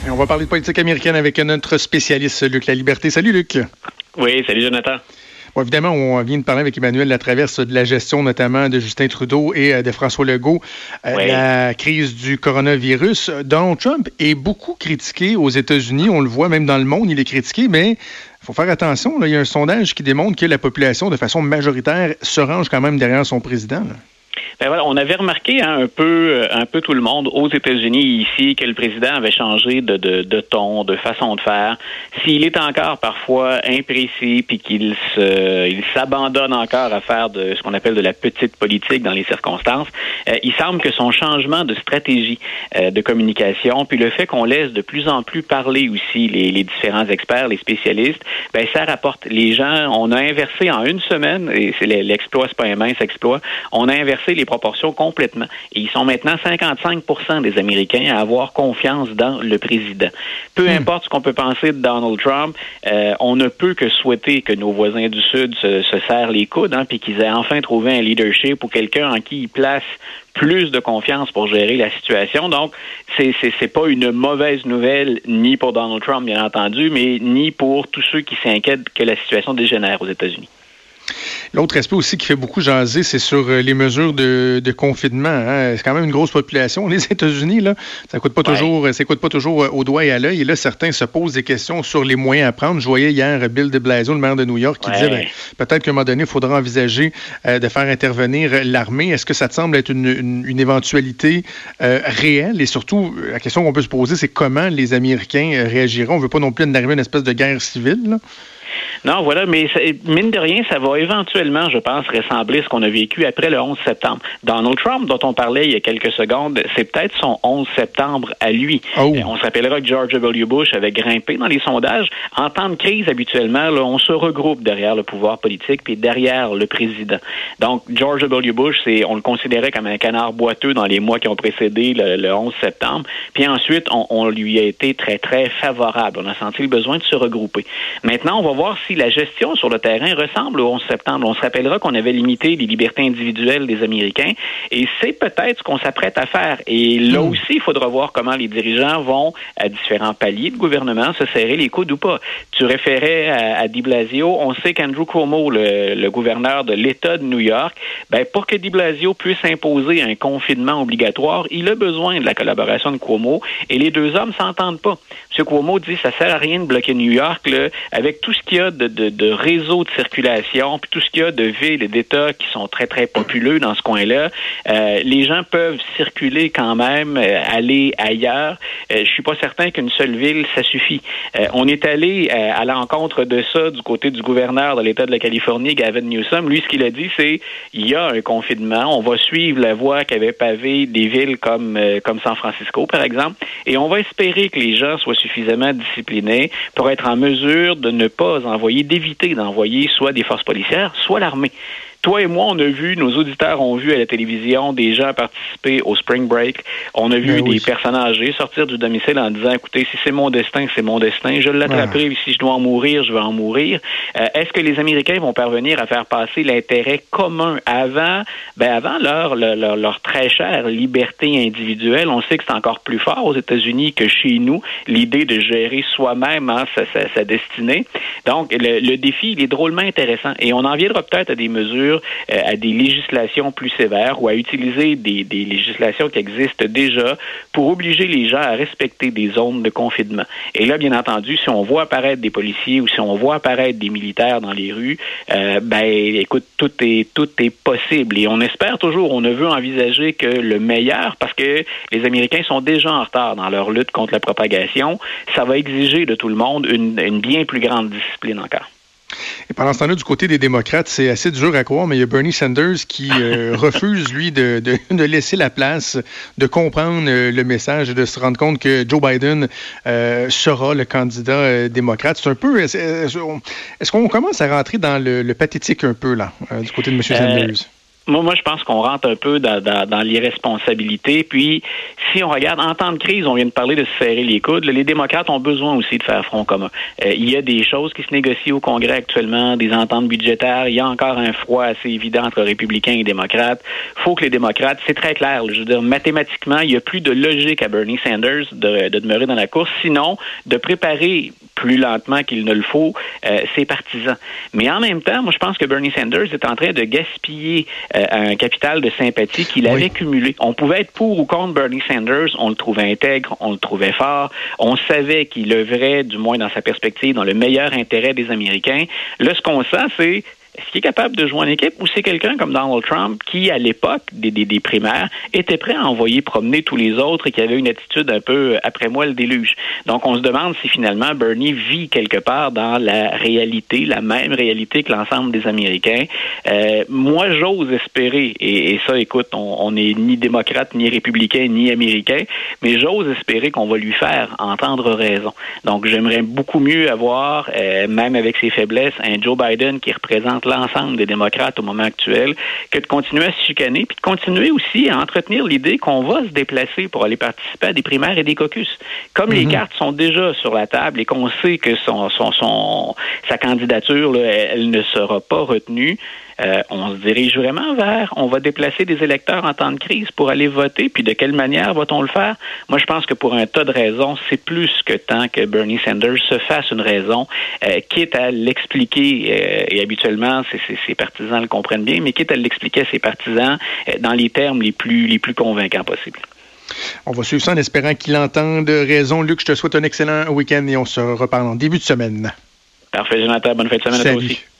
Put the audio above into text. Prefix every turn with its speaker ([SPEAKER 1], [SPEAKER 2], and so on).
[SPEAKER 1] Et on va parler de politique américaine avec notre spécialiste Luc Laliberté. Salut Luc.
[SPEAKER 2] Oui, salut Jonathan.
[SPEAKER 1] Bon, évidemment, on vient de parler avec Emmanuel Latraverse de la gestion notamment de Justin Trudeau et de François Legault, la crise du coronavirus. Donald Trump est beaucoup critiqué aux États-Unis, on le voit même dans le monde, il est critiqué, mais il faut faire attention, là, il y a un sondage qui démontre que la population, de façon majoritaire, se range quand même derrière son président, là.
[SPEAKER 2] Ben voilà, on avait remarqué un peu tout le monde aux États-Unis ici que le président avait changé de ton, de façon de faire. S'il est encore parfois imprécis puis qu'il s'abandonne encore à faire de ce qu'on appelle de la petite politique dans les circonstances, il semble que son changement de stratégie de communication puis le fait qu'on laisse de plus en plus parler aussi les différents experts, les spécialistes, ben ça rapporte. Les gens, on a inversé en une semaine, et c'est l'exploit, c'est pas un mince exploit, on a inversé les proportions complètement. Et ils sont maintenant 55% des Américains à avoir confiance dans le président. Peu importe ce qu'on peut penser de Donald Trump, on ne peut que souhaiter que nos voisins du Sud se serrent les coudes, puis qu'ils aient enfin trouvé un leadership ou quelqu'un en qui ils placent plus de confiance pour gérer la situation. Donc, c'est pas une mauvaise nouvelle, ni pour Donald Trump, bien entendu, mais ni pour tous ceux qui s'inquiètent que la situation dégénère aux États-Unis.
[SPEAKER 1] L'autre aspect aussi qui fait beaucoup jaser, c'est sur les mesures de confinement. Hein. C'est quand même une grosse population. Les États-Unis, là, ça coûte pas toujours au doigt et à l'œil. Et là, certains se posent des questions sur les moyens à prendre. Je voyais hier Bill de Blasio, le maire de New York, qui disait peut-être qu'à un moment donné, il faudra envisager de faire intervenir l'armée. Est-ce que ça te semble être une éventualité réelle? Et surtout, la question qu'on peut se poser, c'est comment les Américains réagiront. On ne veut pas non plus arriver à une espèce de guerre civile, là.
[SPEAKER 2] Non, voilà, mais mine de rien, ça va éventuellement, je pense, ressembler à ce qu'on a vécu après le 11 septembre. Donald Trump, dont on parlait il y a quelques secondes, c'est peut-être son 11 septembre à lui. On se rappellera que George W. Bush avait grimpé dans les sondages. En temps de crise, habituellement, là, on se regroupe derrière le pouvoir politique puis derrière le président. Donc, George W. Bush, on le considérait comme un canard boiteux dans les mois qui ont précédé le 11 septembre. Puis ensuite, on lui a été très, très favorable. On a senti le besoin de se regrouper. Maintenant, on va voir si la gestion sur le terrain ressemble au 11 septembre. On se rappellera qu'on avait limité les libertés individuelles des Américains et c'est peut-être ce qu'on s'apprête à faire. Et là aussi, il faudra voir comment les dirigeants vont, à différents paliers de gouvernement, se serrer les coudes ou pas. Tu référais à de Blasio. On sait qu'Andrew Cuomo, le gouverneur de l'État de New York, pour que de Blasio puisse imposer un confinement obligatoire, il a besoin de la collaboration de Cuomo et les deux hommes s'entendent pas. M. Cuomo dit ça sert à rien de bloquer New York là, avec tout ce qu'il y a de réseaux de circulation, puis tout ce qu'il y a de villes et d'États qui sont très, très populeux dans ce coin-là. Les gens peuvent circuler quand même, aller ailleurs. Je suis pas certain qu'une seule ville, ça suffit. On est allé à l'encontre de ça du côté du gouverneur de l'État de la Californie, Gavin Newsom. Lui, ce qu'il a dit, c'est il y a un confinement. On va suivre la voie qu'avaient pavé des villes comme San Francisco, par exemple, et on va espérer que les gens soient suffisamment disciplinés pour être en mesure de ne pas d'éviter d'envoyer soit des forces policières, soit l'armée. Toi et moi, on a vu, nos auditeurs ont vu à la télévision des gens participer au Spring Break. On a vu des personnes âgées sortir du domicile en disant, écoutez, si c'est mon destin, c'est mon destin. Je l'attraperai. Si je dois en mourir, je vais en mourir. Est-ce que les Américains vont parvenir à faire passer l'intérêt commun avant leur très chère liberté individuelle? On sait que c'est encore plus fort aux États-Unis que chez nous, l'idée de gérer soi-même sa destinée. Donc, le défi, il est drôlement intéressant. Et on en viendra peut-être à des mesures, à des législations plus sévères ou à utiliser des législations qui existent déjà pour obliger les gens à respecter des zones de confinement. Et là, bien entendu, si on voit apparaître des policiers ou si on voit apparaître des militaires dans les rues, écoute, tout est possible. Et on espère toujours, on ne veut envisager que le meilleur parce que les Américains sont déjà en retard dans leur lutte contre la propagation. Ça va exiger de tout le monde une bien plus grande discipline encore.
[SPEAKER 1] Et pendant ce temps-là, du côté des démocrates, c'est assez dur à croire, mais il y a Bernie Sanders qui refuse, lui, de laisser la place, de comprendre le message et de se rendre compte que Joe Biden sera le candidat démocrate. C'est un peu... Est-ce qu'on commence à rentrer dans le pathétique un peu, là, du côté de M. Sanders?
[SPEAKER 2] Moi, je pense qu'on rentre un peu dans l'irresponsabilité. Puis, si on regarde, en temps de crise, on vient de parler de se serrer les coudes. Les démocrates ont besoin aussi de faire front commun. Il y a des choses qui se négocient au Congrès actuellement, des ententes budgétaires. Il y a encore un froid assez évident entre républicains et démocrates. Il faut que les démocrates, c'est très clair, je veux dire, mathématiquement, il n'y a plus de logique à Bernie Sanders de demeurer dans la course, sinon de préparer plus lentement qu'il ne le faut ses partisans. Mais en même temps, moi, je pense que Bernie Sanders est en train de gaspiller un capital de sympathie qu'il avait cumulé. On pouvait être pour ou contre Bernie Sanders, on le trouvait intègre, on le trouvait fort, on savait qu'il œuvrait, du moins dans sa perspective, dans le meilleur intérêt des Américains. Là, ce qu'on sent, c'est est-ce qu'il est capable de jouer en équipe ou c'est quelqu'un comme Donald Trump qui, à l'époque des primaires, était prêt à envoyer promener tous les autres et qui avait une attitude un peu après moi le déluge. Donc, on se demande si finalement Bernie vit quelque part dans la réalité, la même réalité que l'ensemble des Américains. Moi, j'ose espérer, et ça, écoute, on n'est ni démocrate, ni républicain, ni américain, mais j'ose espérer qu'on va lui faire entendre raison. Donc, j'aimerais beaucoup mieux avoir, même avec ses faiblesses, un Joe Biden qui représente l'ensemble des démocrates au moment actuel, que de continuer à se chicaner, puis de continuer aussi à entretenir l'idée qu'on va se déplacer pour aller participer à des primaires et des caucus. Comme les cartes sont déjà sur la table et qu'on sait que sa candidature, là, elle ne sera pas retenue, on se dirige vraiment vers, on va déplacer des électeurs en temps de crise pour aller voter, puis de quelle manière va-t-on le faire? Moi, je pense que pour un tas de raisons, c'est plus que temps que Bernie Sanders se fasse une raison, quitte à l'expliquer, et habituellement, ses partisans le comprennent bien, mais quitte à l'expliquer à ses partisans dans les termes les plus convaincants possibles.
[SPEAKER 1] On va suivre ça en espérant qu'il entende raison. Luc, je te souhaite un excellent week-end et on se reparle en début de semaine.
[SPEAKER 2] Parfait, Jonathan. Bonne fin de semaine à toi aussi.